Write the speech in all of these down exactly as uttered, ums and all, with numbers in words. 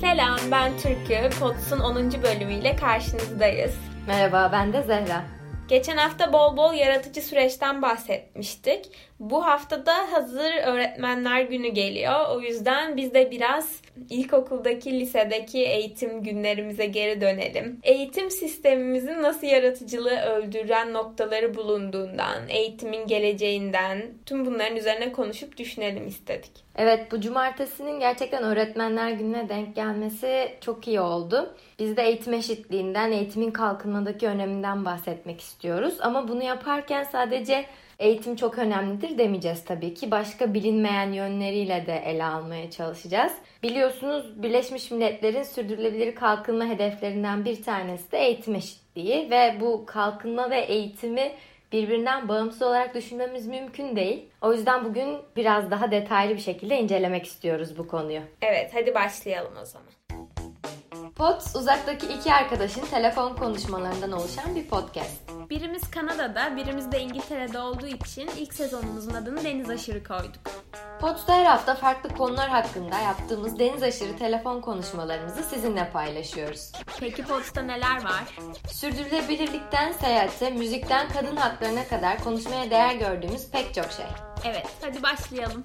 Selam, ben Türkü. Pods'un onuncu bölümüyle karşınızdayız. Merhaba, ben de Zehra. Geçen hafta bol bol yaratıcı süreçten bahsetmiştik. Bu haftada hazır öğretmenler günü geliyor. O yüzden biz de biraz ilkokuldaki, lisedeki eğitim günlerimize geri dönelim. Eğitim sistemimizin nasıl yaratıcılığı öldüren noktaları bulunduğundan, eğitimin geleceğinden, tüm bunların üzerine konuşup düşünelim istedik. Evet, bu cumartesinin gerçekten öğretmenler gününe denk gelmesi çok iyi oldu. Biz de eğitim eşitliğinden, eğitimin kalkınmadaki öneminden bahsetmek istiyoruz. Ama bunu yaparken sadece eğitim çok önemlidir demeyeceğiz tabii ki. Başka bilinmeyen yönleriyle de ele almaya çalışacağız. Biliyorsunuz Birleşmiş Milletler'in sürdürülebilir kalkınma hedeflerinden bir tanesi de eğitim eşitliği. Ve bu kalkınma ve eğitimi birbirinden bağımsız olarak düşünmemiz mümkün değil. O yüzden bugün biraz daha detaylı bir şekilde incelemek istiyoruz bu konuyu. Evet, hadi başlayalım o zaman. Pods, uzaktaki iki arkadaşın telefon konuşmalarından oluşan bir podcast. Birimiz Kanada'da, birimiz de İngiltere'de olduğu için ilk sezonumuzun adını Deniz Aşırı koyduk. Pods'ta her hafta farklı konular hakkında yaptığımız deniz aşırı telefon konuşmalarımızı sizinle paylaşıyoruz. Peki Pods'ta neler var? Sürdürülebilirlikten seyahate, müzikten kadın haklarına kadar konuşmaya değer gördüğümüz pek çok şey. Evet, hadi başlayalım.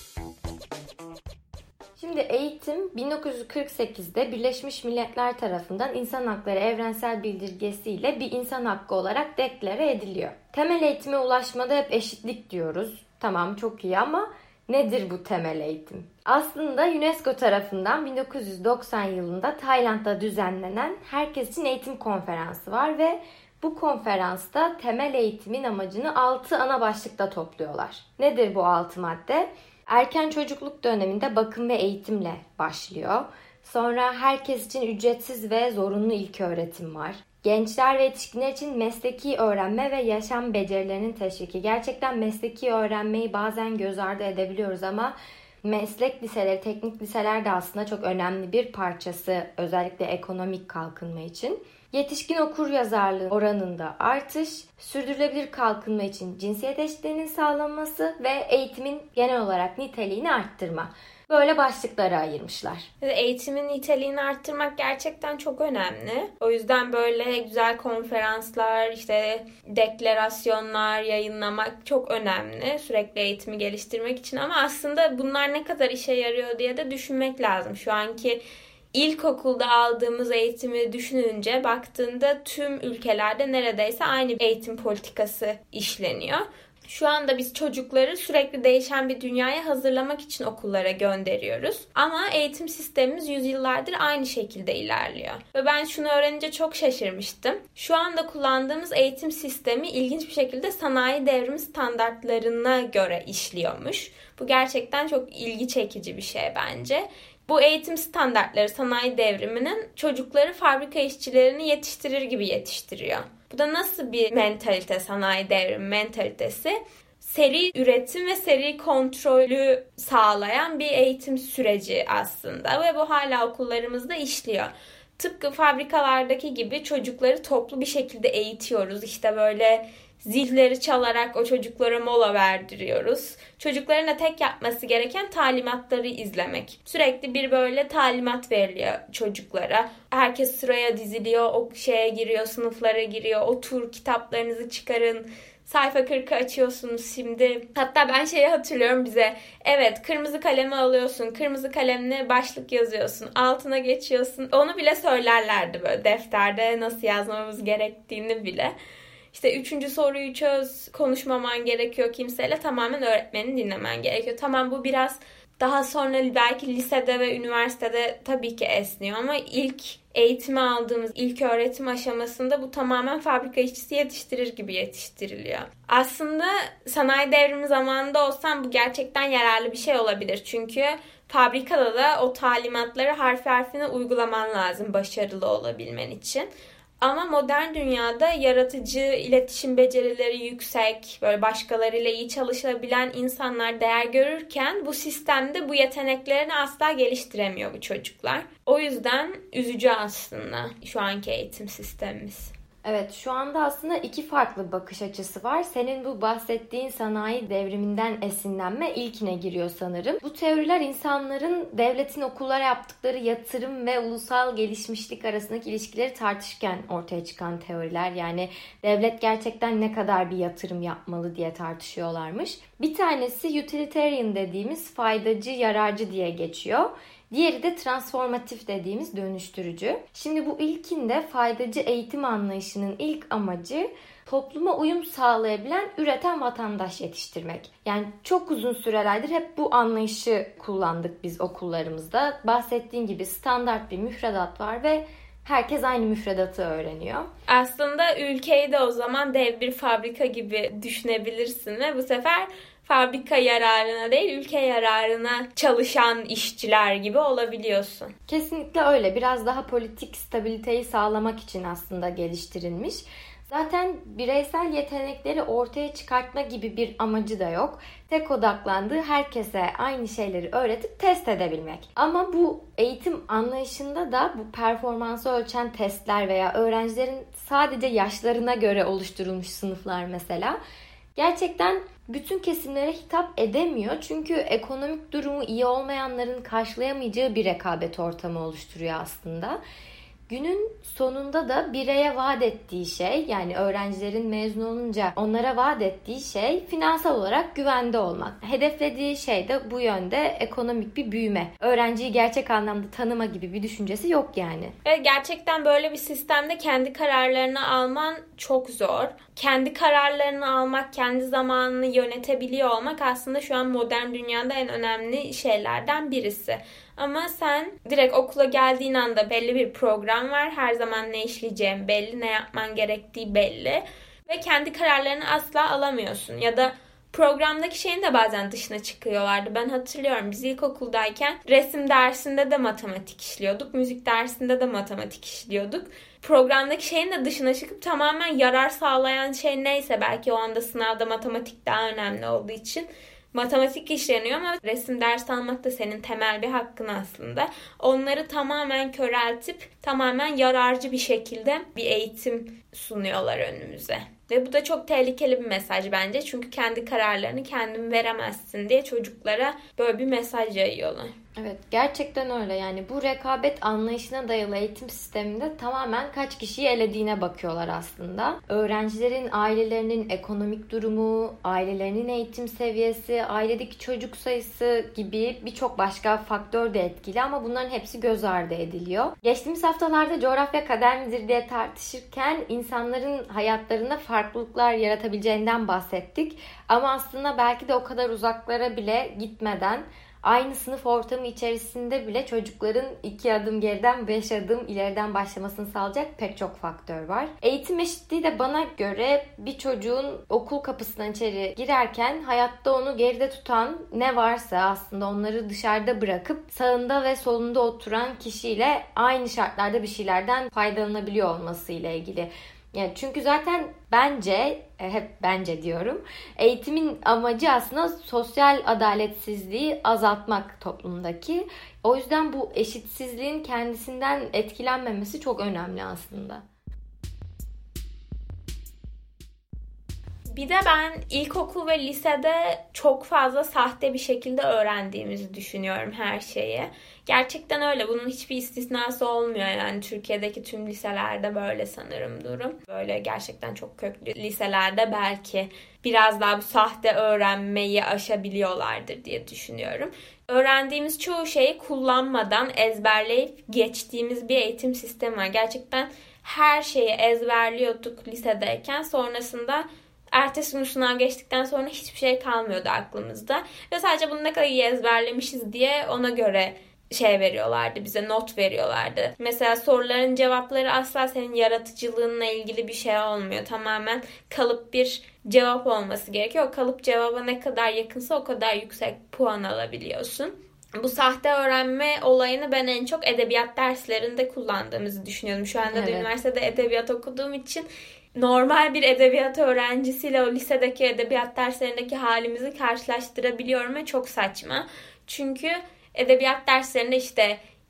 Şimdi eğitim bin dokuz yüz kırk sekizde Birleşmiş Milletler tarafından İnsan Hakları Evrensel Bildirgesi ile bir insan hakkı olarak deklare ediliyor. Temel eğitime ulaşmada hep eşitlik diyoruz. Tamam, çok iyi ama nedir bu temel eğitim? Aslında UNESCO tarafından bin dokuz yüz doksan yılında Tayland'da düzenlenen Herkes için Eğitim Konferansı var ve bu konferansta temel eğitimin amacını altı ana başlıkta topluyorlar. Nedir bu altı madde? Erken çocukluk döneminde bakım ve eğitimle başlıyor. Sonra herkes için ücretsiz ve zorunlu ilköğretim var. Gençler ve yetişkinler için mesleki öğrenme ve yaşam becerilerinin teşviki. Gerçekten mesleki öğrenmeyi bazen göz ardı edebiliyoruz ama meslek liseleri, teknik liseler de aslında çok önemli bir parçası, özellikle ekonomik kalkınma için. Yetişkin okuryazarlığı oranında artış, sürdürülebilir kalkınma için cinsiyet eşitliğinin sağlanması ve eğitimin genel olarak niteliğini arttırma. Böyle başlıklara ayırmışlar. Eğitimin niteliğini arttırmak gerçekten çok önemli. O yüzden böyle güzel konferanslar, işte deklarasyonlar yayınlamak çok önemli. Sürekli eğitimi geliştirmek için ama aslında bunlar ne kadar işe yarıyor diye de düşünmek lazım. Şu anki İlkokulda aldığımız eğitimi düşününce baktığında tüm ülkelerde neredeyse aynı eğitim politikası işleniyor. Şu anda biz çocukları sürekli değişen bir dünyaya hazırlamak için okullara gönderiyoruz. Ama eğitim sistemimiz yüzyıllardır aynı şekilde ilerliyor. Ve ben şunu öğrenince çok şaşırmıştım. Şu anda kullandığımız eğitim sistemi ilginç bir şekilde sanayi devrimi standartlarına göre işliyormuş. Bu gerçekten çok ilgi çekici bir şey bence. Bu eğitim standartları sanayi devriminin çocukları fabrika işçilerini yetiştirir gibi yetiştiriyor. Bu da nasıl bir mentalite, sanayi devrimi mentalitesi? Seri üretim ve seri kontrolü sağlayan bir eğitim süreci aslında ve bu hala okullarımızda işliyor. Tıpkı fabrikalardaki gibi çocukları toplu bir şekilde eğitiyoruz. İşte böyle zilleri çalarak o çocuklara mola verdiriyoruz. Çocukların da tek yapması gereken talimatları izlemek. Sürekli bir böyle talimat veriliyor çocuklara. Herkes sıraya diziliyor, o şeye giriyor, sınıflara giriyor. Otur, kitaplarınızı çıkarın. Sayfa kırkı açıyorsunuz şimdi. Hatta ben şeyi hatırlıyorum bize. Evet, kırmızı kalemi alıyorsun. Kırmızı kalemle başlık yazıyorsun. Altına geçiyorsun. Onu bile söylerlerdi böyle defterde nasıl yazmamız gerektiğini bile. İşte üçüncü soruyu çöz, konuşmaman gerekiyor kimseyle, tamamen öğretmenini dinlemen gerekiyor. Tamam, bu biraz daha sonra belki lisede ve üniversitede tabii ki esniyor ama ilk eğitimi aldığımız ilk öğretim aşamasında bu tamamen fabrika işçisi yetiştirir gibi yetiştiriliyor. Aslında sanayi devrimi zamanında olsam bu gerçekten yararlı bir şey olabilir. Çünkü fabrikada da o talimatları harfi harfine uygulaman lazım başarılı olabilmen için. Ama modern dünyada yaratıcı, iletişim becerileri yüksek, böyle başkalarıyla iyi çalışabilen insanlar değer görürken bu sistemde bu yeteneklerini asla geliştiremiyor bu çocuklar. O yüzden üzücü aslında şu anki eğitim sistemimiz. Evet, şu anda aslında iki farklı bakış açısı var. Senin bu bahsettiğin sanayi devriminden esinlenme ilkine giriyor sanırım. Bu teoriler insanların devletin okullara yaptıkları yatırım ve ulusal gelişmişlik arasındaki ilişkileri tartışırken ortaya çıkan teoriler. Yani devlet gerçekten ne kadar bir yatırım yapmalı diye tartışıyorlarmış. Bir tanesi utilitarian dediğimiz faydacı, yararcı diye geçiyor. Diğeri de transformatif dediğimiz dönüştürücü. Şimdi bu ilkinde faydacı eğitim anlayışının ilk amacı topluma uyum sağlayabilen, üreten vatandaş yetiştirmek. Yani çok uzun sürelerdir hep bu anlayışı kullandık biz okullarımızda. Bahsettiğim gibi standart bir müfredat var ve herkes aynı müfredatı öğreniyor. Aslında ülkeyi de o zaman dev bir fabrika gibi düşünebilirsin ve bu sefer fabrika yararına değil, ülke yararına çalışan işçiler gibi olabiliyorsun. Kesinlikle öyle. Biraz daha politik stabiliteyi sağlamak için aslında geliştirilmiş. Zaten bireysel yetenekleri ortaya çıkartma gibi bir amacı da yok. Tek odaklandığı herkese aynı şeyleri öğretip test edebilmek. Ama bu eğitim anlayışında da bu performansı ölçen testler veya öğrencilerin sadece yaşlarına göre oluşturulmuş sınıflar mesela gerçekten bütün kesimlere hitap edemiyor. Çünkü ekonomik durumu iyi olmayanların karşılayamayacağı bir rekabet ortamı oluşturuyor aslında. Günün sonunda da bireye vaat ettiği şey, yani öğrencilerin mezun olunca onlara vaat ettiği şey finansal olarak güvende olmak. Hedeflediği şey de bu yönde ekonomik bir büyüme. Öğrenciyi gerçek anlamda tanıma gibi bir düşüncesi yok yani. Ve gerçekten böyle bir sistemde kendi kararlarını alman çok zor. Kendi kararlarını almak, kendi zamanını yönetebiliyor olmak aslında şu an modern dünyada en önemli şeylerden birisi. Ama sen direkt okula geldiğin anda belli bir program var. Her zaman ne işleyeceğin belli, ne yapman gerektiği belli. Ve kendi kararlarını asla alamıyorsun. Ya da programdaki şeyin de bazen dışına çıkıyorlardı. Ben hatırlıyorum, biz ilkokuldayken resim dersinde de matematik işliyorduk. Müzik dersinde de matematik işliyorduk. Programdaki şeyin de dışına çıkıp tamamen yarar sağlayan şey neyse, belki o anda sınavda matematik daha önemli olduğu için matematik işleniyor ama resim dersi almak da senin temel bir hakkın aslında. Onları tamamen köreltip tamamen yararcı bir şekilde bir eğitim sunuyorlar önümüze. Ve bu da çok tehlikeli bir mesaj bence. Çünkü kendi kararlarını kendin veremezsin diye çocuklara böyle bir mesaj yayıyorlar. Evet, gerçekten öyle. Yani bu rekabet anlayışına dayalı eğitim sisteminde tamamen kaç kişiyi elediğine bakıyorlar aslında. Öğrencilerin ailelerinin ekonomik durumu, ailelerinin eğitim seviyesi, ailedeki çocuk sayısı gibi birçok başka faktör de etkili ama bunların hepsi göz ardı ediliyor. Geçtiğimiz haftalarda coğrafya kader midir diye tartışırken insanların hayatlarında farklılıklar yaratabileceğinden bahsettik. Ama aslında belki de o kadar uzaklara bile gitmeden aynı sınıf ortamı içerisinde bile çocukların iki adım geriden beş adım ileriden başlamasını sağlayacak pek çok faktör var. Eğitim eşitliği de bana göre bir çocuğun okul kapısından içeri girerken hayatta onu geride tutan ne varsa aslında onları dışarıda bırakıp sağında ve solunda oturan kişiyle aynı şartlarda bir şeylerden faydalanabiliyor olması ile ilgili. Yani çünkü zaten bence, hep bence diyorum, eğitimin amacı aslında sosyal adaletsizliği azaltmak toplumdaki. O yüzden bu eşitsizliğin kendisinden etkilenmemesi çok önemli aslında. Bir de ben ilkokul ve lisede çok fazla sahte bir şekilde öğrendiğimizi düşünüyorum her şeyi. Gerçekten öyle. Bunun hiçbir istisnası olmuyor. Yani Türkiye'deki tüm liselerde böyle sanırım durum. Böyle gerçekten çok köklü liselerde belki biraz daha bu sahte öğrenmeyi aşabiliyorlardır diye düşünüyorum. Öğrendiğimiz çoğu şeyi kullanmadan ezberleyip geçtiğimiz bir eğitim sistemi var. Gerçekten her şeyi ezberliyorduk lisedeyken, sonrasında ertesi gün sınav geçtikten sonra hiçbir şey kalmıyordu aklımızda. Ve sadece bunu ne kadar iyi ezberlemişiz diye ona göre şey veriyorlardı, bize not veriyorlardı. Mesela soruların cevapları asla senin yaratıcılığınla ilgili bir şey olmuyor. Tamamen kalıp bir cevap olması gerekiyor. O kalıp cevaba ne kadar yakınsa o kadar yüksek puan alabiliyorsun. Bu sahte öğrenme olayını ben en çok edebiyat derslerinde kullandığımızı düşünüyorum. Şu anda Evet. da üniversitede edebiyat okuduğum için normal bir edebiyat öğrencisiyle o lisedeki edebiyat derslerindeki halimizi karşılaştırabiliyorum ve çok saçma. Çünkü edebiyat derslerinde işte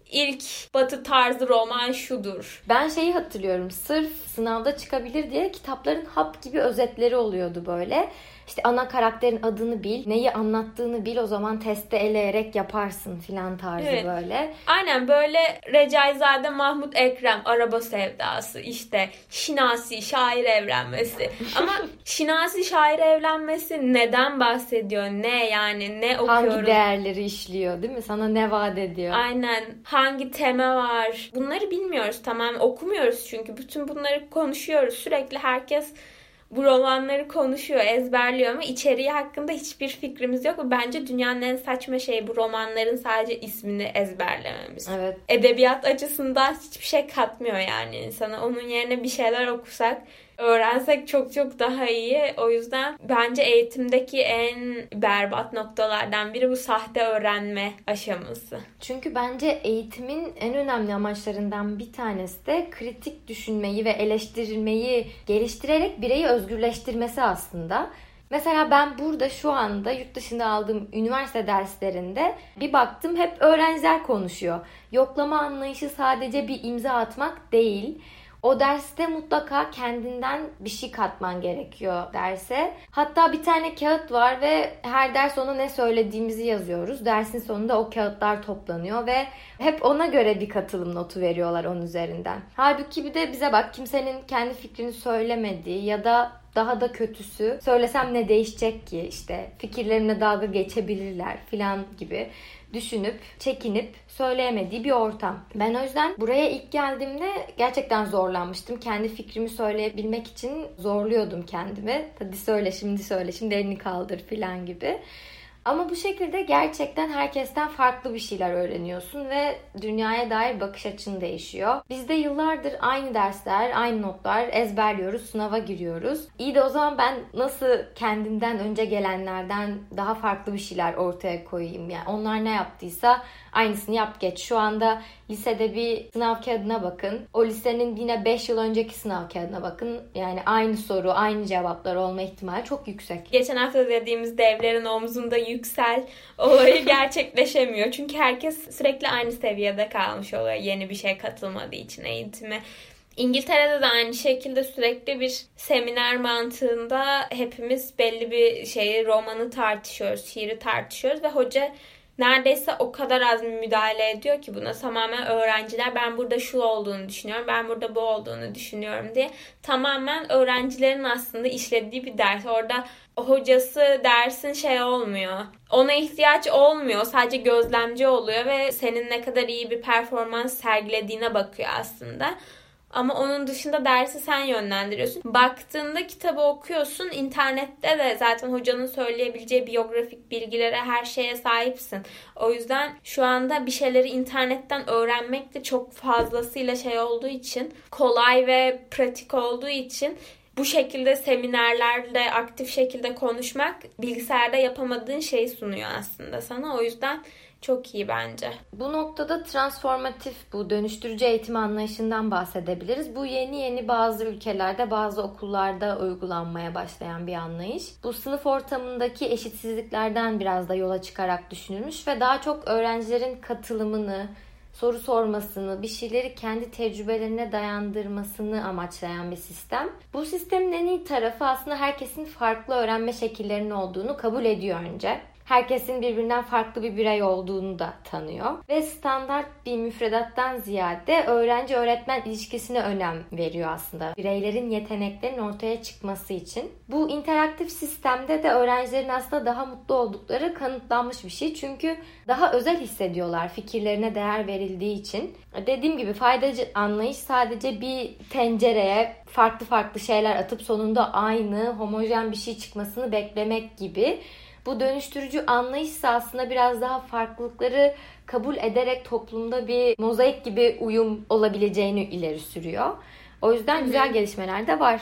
ilk Batı tarzı roman şudur. Ben şeyi hatırlıyorum. Sırf sınavda çıkabilir diye kitapların hap gibi özetleri oluyordu böyle. İşte ana karakterin adını bil, neyi anlattığını bil, o zaman testi eleyerek yaparsın filan tarzı evet. böyle. Aynen böyle Recaizade Mahmut Ekrem, Araba Sevdası, işte Şinasi, şair evlenmesi. Ama Şinasi şair evlenmesi neden bahsediyor? Ne yani? Ne okuyoruz? Hangi değerleri işliyor değil mi? Sana ne vaat ediyor? Aynen. Hangi tema var? Bunları bilmiyoruz, tamam, okumuyoruz çünkü. Bütün bunları konuşuyoruz. Sürekli herkes bu romanları konuşuyor, ezberliyor ama içeriği hakkında hiçbir fikrimiz yok. Ve bence dünyanın en saçma şeyi bu romanların sadece ismini ezberlememiz. Evet. Edebiyat açısından hiçbir şey katmıyor yani insana. Onun yerine bir şeyler okusak, öğrensek çok çok daha iyi. O yüzden bence eğitimdeki en berbat noktalardan biri bu sahte öğrenme aşaması. Çünkü bence eğitimin en önemli amaçlarından bir tanesi de kritik düşünmeyi ve eleştirilmeyi geliştirerek bireyi özgürleştirmesi aslında. Mesela ben burada şu anda yurt dışında aldığım üniversite derslerinde bir baktım hep öğrenciler konuşuyor. Yoklama anlayışı sadece bir imza atmak değil. O derste mutlaka kendinden bir şey katman gerekiyor derse. Hatta bir tane kağıt var ve her ders ona ne söylediğimizi yazıyoruz. Dersin sonunda o kağıtlar toplanıyor ve hep ona göre bir katılım notu veriyorlar onun üzerinden. Halbuki bir de bize bak, kimsenin kendi fikrini söylemediği ya da daha da kötüsü, söylesem ne değişecek ki, işte fikirlerimle dalga geçebilirler falan gibi düşünüp, çekinip söyleyemediği bir ortam. Ben o yüzden buraya ilk geldiğimde gerçekten zorlanmıştım. Kendi fikrimi söyleyebilmek için zorluyordum kendimi. Hadi söyle şimdi söyle, şimdi elini kaldır falan gibi. Ama bu şekilde gerçekten herkesten farklı bir şeyler öğreniyorsun ve dünyaya dair bakış açın değişiyor. Biz de yıllardır aynı dersler, aynı notlar ezberliyoruz, sınava giriyoruz. İyi de o zaman ben nasıl kendimden önce gelenlerden daha farklı bir şeyler ortaya koyayım? Yani onlar ne yaptıysa aynısını yap geç. Şu anda lisede bir sınav kağıdına bakın. O lisenin yine beş yıl önceki sınav kağıdına bakın. Yani aynı soru, aynı cevaplar olma ihtimali çok yüksek. Geçen hafta dediğimiz devlerin omzunda yüksel olayı gerçekleşemiyor. Çünkü herkes sürekli aynı seviyede kalmış oluyor. Yeni bir şey katılmadığı için eğitime. İngiltere'de de aynı şekilde sürekli bir seminer mantığında hepimiz belli bir şeyi, romanı tartışıyoruz, şiiri tartışıyoruz ve hoca neredeyse o kadar az müdahale ediyor ki buna. Tamamen öğrenciler, ben burada şu olduğunu düşünüyorum, ben burada bu olduğunu düşünüyorum diye tamamen öğrencilerin aslında işlediği bir ders. Orada hocası dersin şey olmuyor. Ona ihtiyaç olmuyor. Sadece gözlemci oluyor ve senin ne kadar iyi bir performans sergilediğine bakıyor aslında. Ama onun dışında dersi sen yönlendiriyorsun. Baktığında kitabı okuyorsun. İnternette de zaten hocanın söyleyebileceği biyografik bilgilere, her şeye sahipsin. O yüzden şu anda bir şeyleri internetten öğrenmek de çok fazlasıyla şey olduğu için, kolay ve pratik olduğu için bu şekilde seminerlerle aktif şekilde konuşmak bilgisayarda yapamadığın şeyi sunuyor aslında sana. O yüzden çok iyi bence. Bu noktada transformatif, bu dönüştürücü eğitim anlayışından bahsedebiliriz. Bu yeni yeni bazı ülkelerde, bazı okullarda uygulanmaya başlayan bir anlayış. Bu sınıf ortamındaki eşitsizliklerden biraz da yola çıkarak düşünülmüş ve daha çok öğrencilerin katılımını, soru sormasını, bir şeyleri kendi tecrübelerine dayandırmasını amaçlayan bir sistem. Bu sistemin en iyi tarafı aslında herkesin farklı öğrenme şekillerinin olduğunu kabul ediyor önce. Herkesin birbirinden farklı bir birey olduğunu da tanıyor. Ve standart bir müfredattan ziyade öğrenci-öğretmen ilişkisine önem veriyor aslında. Bireylerin yeteneklerinin ortaya çıkması için. Bu interaktif sistemde de öğrencilerin aslında daha mutlu oldukları kanıtlanmış bir şey. Çünkü daha özel hissediyorlar fikirlerine değer verildiği için. Dediğim gibi faydacı anlayış sadece bir tencereye farklı farklı şeyler atıp sonunda aynı, homojen bir şey çıkmasını beklemek gibi. Bu dönüştürücü anlayış ise aslında biraz daha farklılıkları kabul ederek toplumda bir mozaik gibi uyum olabileceğini ileri sürüyor. O yüzden güzel gelişmeler de var.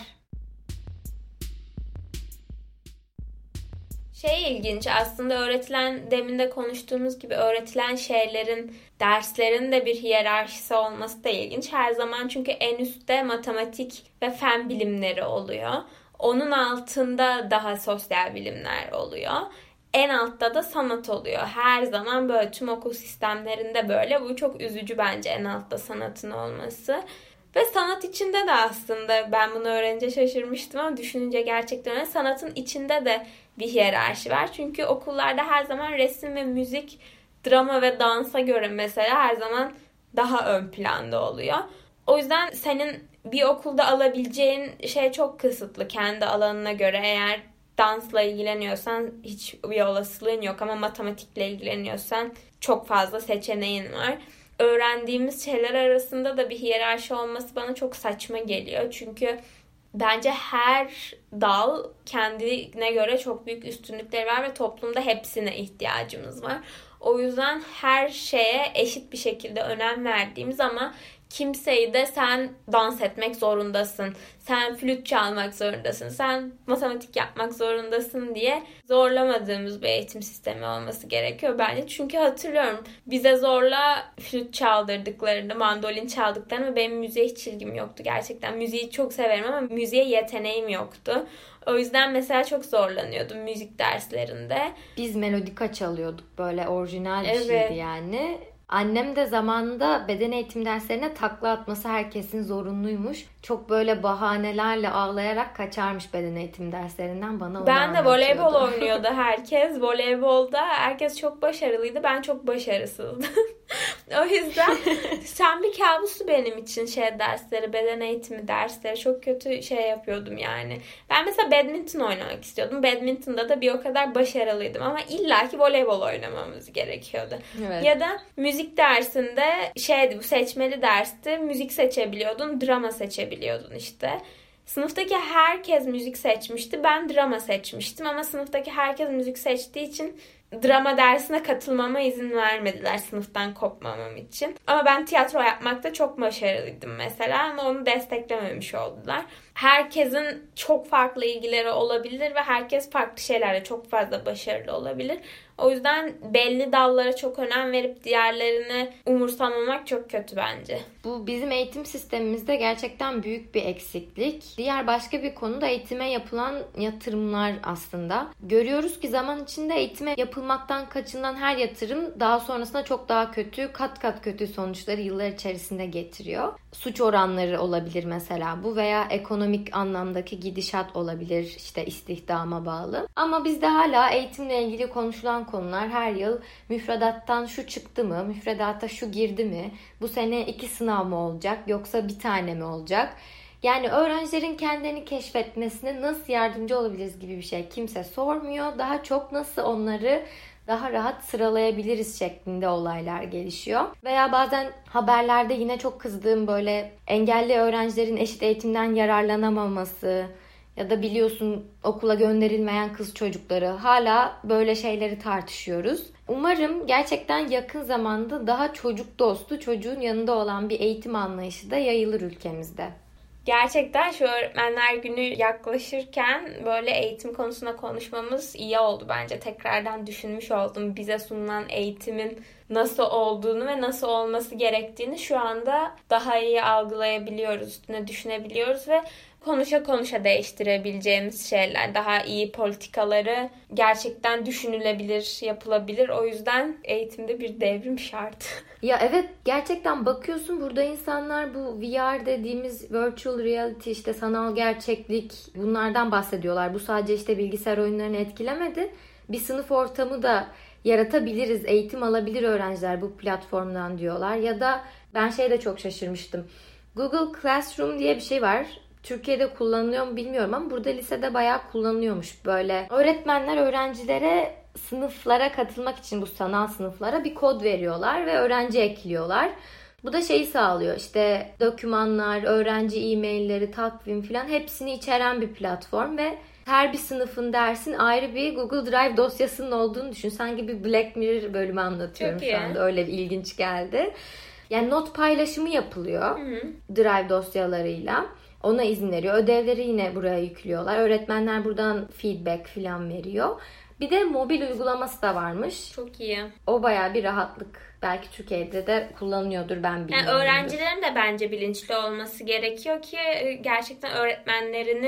Şey ilginç aslında, öğretilen, demin de konuştuğumuz gibi öğretilen şeylerin, derslerin de bir hiyerarşisi olması da ilginç. Her zaman çünkü en üstte matematik ve fen bilimleri oluyor. Onun altında daha sosyal bilimler oluyor. en altta da sanat oluyor. Her zaman böyle, tüm okul sistemlerinde böyle. Bu çok üzücü bence, en altta sanatın olması. Ve sanat içinde de aslında, ben bunu öğrenince şaşırmıştım ama düşününce gerçekten öyle, sanatın içinde de bir hiyerarşi var. Çünkü okullarda her zaman resim ve müzik, drama ve dansa göre mesela her zaman daha ön planda oluyor. O yüzden senin bir okulda alabileceğin şey çok kısıtlı kendi alanına göre. Eğer dansla ilgileniyorsan hiçbir olasılığın yok ama matematikle ilgileniyorsan çok fazla seçeneğin var. Öğrendiğimiz şeyler arasında da bir hiyerarşi olması bana çok saçma geliyor. Çünkü bence her dal kendine göre çok büyük üstünlükleri var ve toplumda hepsine ihtiyacımız var. O yüzden her şeye eşit bir şekilde önem verdiğimiz ama kimseyi de sen dans etmek zorundasın, sen flüt çalmak zorundasın, sen matematik yapmak zorundasın diye zorlamadığımız bir eğitim sistemi olması gerekiyor bence. Çünkü hatırlıyorum, bize zorla flüt çaldırdıklarını, mandolin çaldıklarını ve benim müziğe hiç ilgim yoktu gerçekten. Müziği çok severim ama müziğe yeteneğim yoktu. O yüzden mesela çok zorlanıyordum müzik derslerinde. Biz melodika çalıyorduk, böyle orijinal bir Evet. şeydi yani. Annem de zamanında beden eğitim derslerine takla atması herkesin zorunluymuş. Çok böyle bahanelerle ağlayarak kaçarmış beden eğitim derslerinden, bana onu Ben de anlatıyordu. voleybol oynuyordu herkes. Voleybolda herkes çok başarılıydı. Ben çok başarısızdım. O yüzden sen bir kabustu benim için şey dersleri, beden eğitimi dersleri. Çok kötü şey yapıyordum yani. Ben mesela badminton oynamak istiyordum. Badminton'da da bir o kadar başarılıydım ama illaki voleybol oynamamız gerekiyordu. Evet. Ya da müzik dersinde şeydi, bu seçmeli dersti. Müzik seçebiliyordun, drama seçebiliyordun işte. Sınıftaki herkes müzik seçmişti. Ben drama seçmiştim ama sınıftaki herkes müzik seçtiği için drama dersine katılmama izin vermediler, sınıftan kopmamam için. Ama ben tiyatro yapmakta çok başarılıydım mesela ama onu desteklememiş oldular. Herkesin çok farklı ilgileri olabilir ve herkes farklı şeylerle çok fazla başarılı olabilir. O yüzden belli dallara çok önem verip diğerlerini umursamamak çok kötü bence. Bu bizim eğitim sistemimizde gerçekten büyük bir eksiklik. Diğer başka bir konu da eğitime yapılan yatırımlar aslında. Görüyoruz ki zaman içinde eğitime yapılmaktan kaçınılan her yatırım daha sonrasında çok daha kötü, kat kat kötü sonuçları yıllar içerisinde getiriyor. Suç oranları olabilir mesela bu, veya ekonomik anlamdaki gidişat olabilir, işte istihdama bağlı. Ama bizde hala eğitimle ilgili konuşulan konular her yıl müfredattan şu çıktı mı, müfredata şu girdi mi, bu sene iki sınav mı olacak yoksa bir tane mi olacak? Yani öğrencilerin kendilerini keşfetmesine nasıl yardımcı olabiliriz gibi bir şey kimse sormuyor. Daha çok nasıl onları daha rahat sıralayabiliriz şeklinde olaylar gelişiyor. Veya bazen haberlerde yine çok kızdığım böyle engelli öğrencilerin eşit eğitimden yararlanamaması ya da biliyorsun okula gönderilmeyen kız çocukları, hala böyle şeyleri tartışıyoruz. Umarım gerçekten yakın zamanda daha çocuk dostu, çocuğun yanında olan bir eğitim anlayışı da yayılır ülkemizde. Gerçekten şu Öğretmenler Günü yaklaşırken böyle eğitim konusunda konuşmamız iyi oldu bence. Tekrardan düşünmüş oldum bize sunulan eğitimin nasıl olduğunu ve nasıl olması gerektiğini şu anda daha iyi algılayabiliyoruz, üstüne düşünebiliyoruz ve konuşa konuşa değiştirebileceğimiz şeyler, daha iyi politikaları gerçekten düşünülebilir, yapılabilir. O yüzden eğitimde bir devrim şart. Ya evet, gerçekten bakıyorsun burada insanlar bu V R dediğimiz virtual reality, işte sanal gerçeklik, bunlardan bahsediyorlar. Bu sadece işte bilgisayar oyunlarını etkilemedi. Bir sınıf ortamı da yaratabiliriz, eğitim alabilir öğrenciler bu platformdan diyorlar. Ya da ben şeye de çok şaşırmıştım. Google Classroom diye bir şey var. Türkiye'de kullanılıyor mu bilmiyorum ama burada lisede bayağı kullanılıyormuş. Böyle öğretmenler öğrencilere sınıflara katılmak için, bu sanal sınıflara bir kod veriyorlar ve öğrenci ekliyorlar. Bu da şeyi sağlıyor, işte dokümanlar, öğrenci e-mailleri, takvim falan hepsini içeren bir platform ve her bir sınıfın dersin ayrı bir Google Drive dosyasının olduğunu düşün. Sanki bir Black Mirror bölümü anlatıyorum şu anda, öyle bir ilginç geldi. Yani not paylaşımı yapılıyor, hı hı, Drive dosyalarıyla. Ona izin veriyor. Ödevleri yine buraya yüklüyorlar. Öğretmenler buradan feedback falan veriyor. Bir de mobil uygulaması da varmış. Çok iyi. O bayağı bir rahatlık. Belki Türkiye'de de kullanıyordur, ben bilmiyorum. Yani öğrencilerin de bence bilinçli olması gerekiyor ki gerçekten öğretmenlerini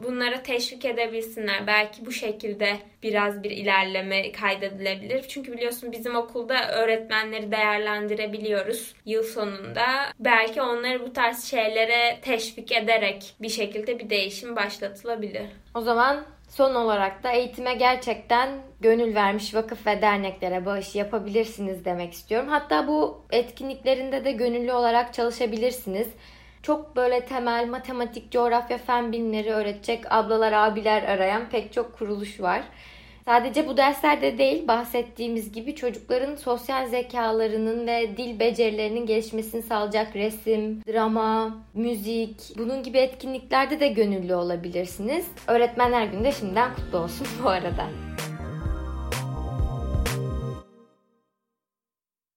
bunlara teşvik edebilsinler. Belki bu şekilde biraz bir ilerleme kaydedilebilir. Çünkü biliyorsun bizim okulda öğretmenleri değerlendirebiliyoruz yıl sonunda. Belki onları bu tarz şeylere teşvik ederek bir şekilde bir değişim başlatılabilir. O zaman son olarak da eğitime gerçekten gönül vermiş vakıf ve derneklere bağış yapabilirsiniz demek istiyorum. Hatta bu etkinliklerinde de gönüllü olarak çalışabilirsiniz. Çok böyle temel matematik, coğrafya, fen bilimleri öğretecek ablalar, abiler arayan pek çok kuruluş var. Sadece bu derslerde değil, bahsettiğimiz gibi çocukların sosyal zekalarının ve dil becerilerinin gelişmesini sağlayacak resim, drama, müzik, bunun gibi etkinliklerde de gönüllü olabilirsiniz. Öğretmenler Günü de şimdiden kutlu olsun bu arada.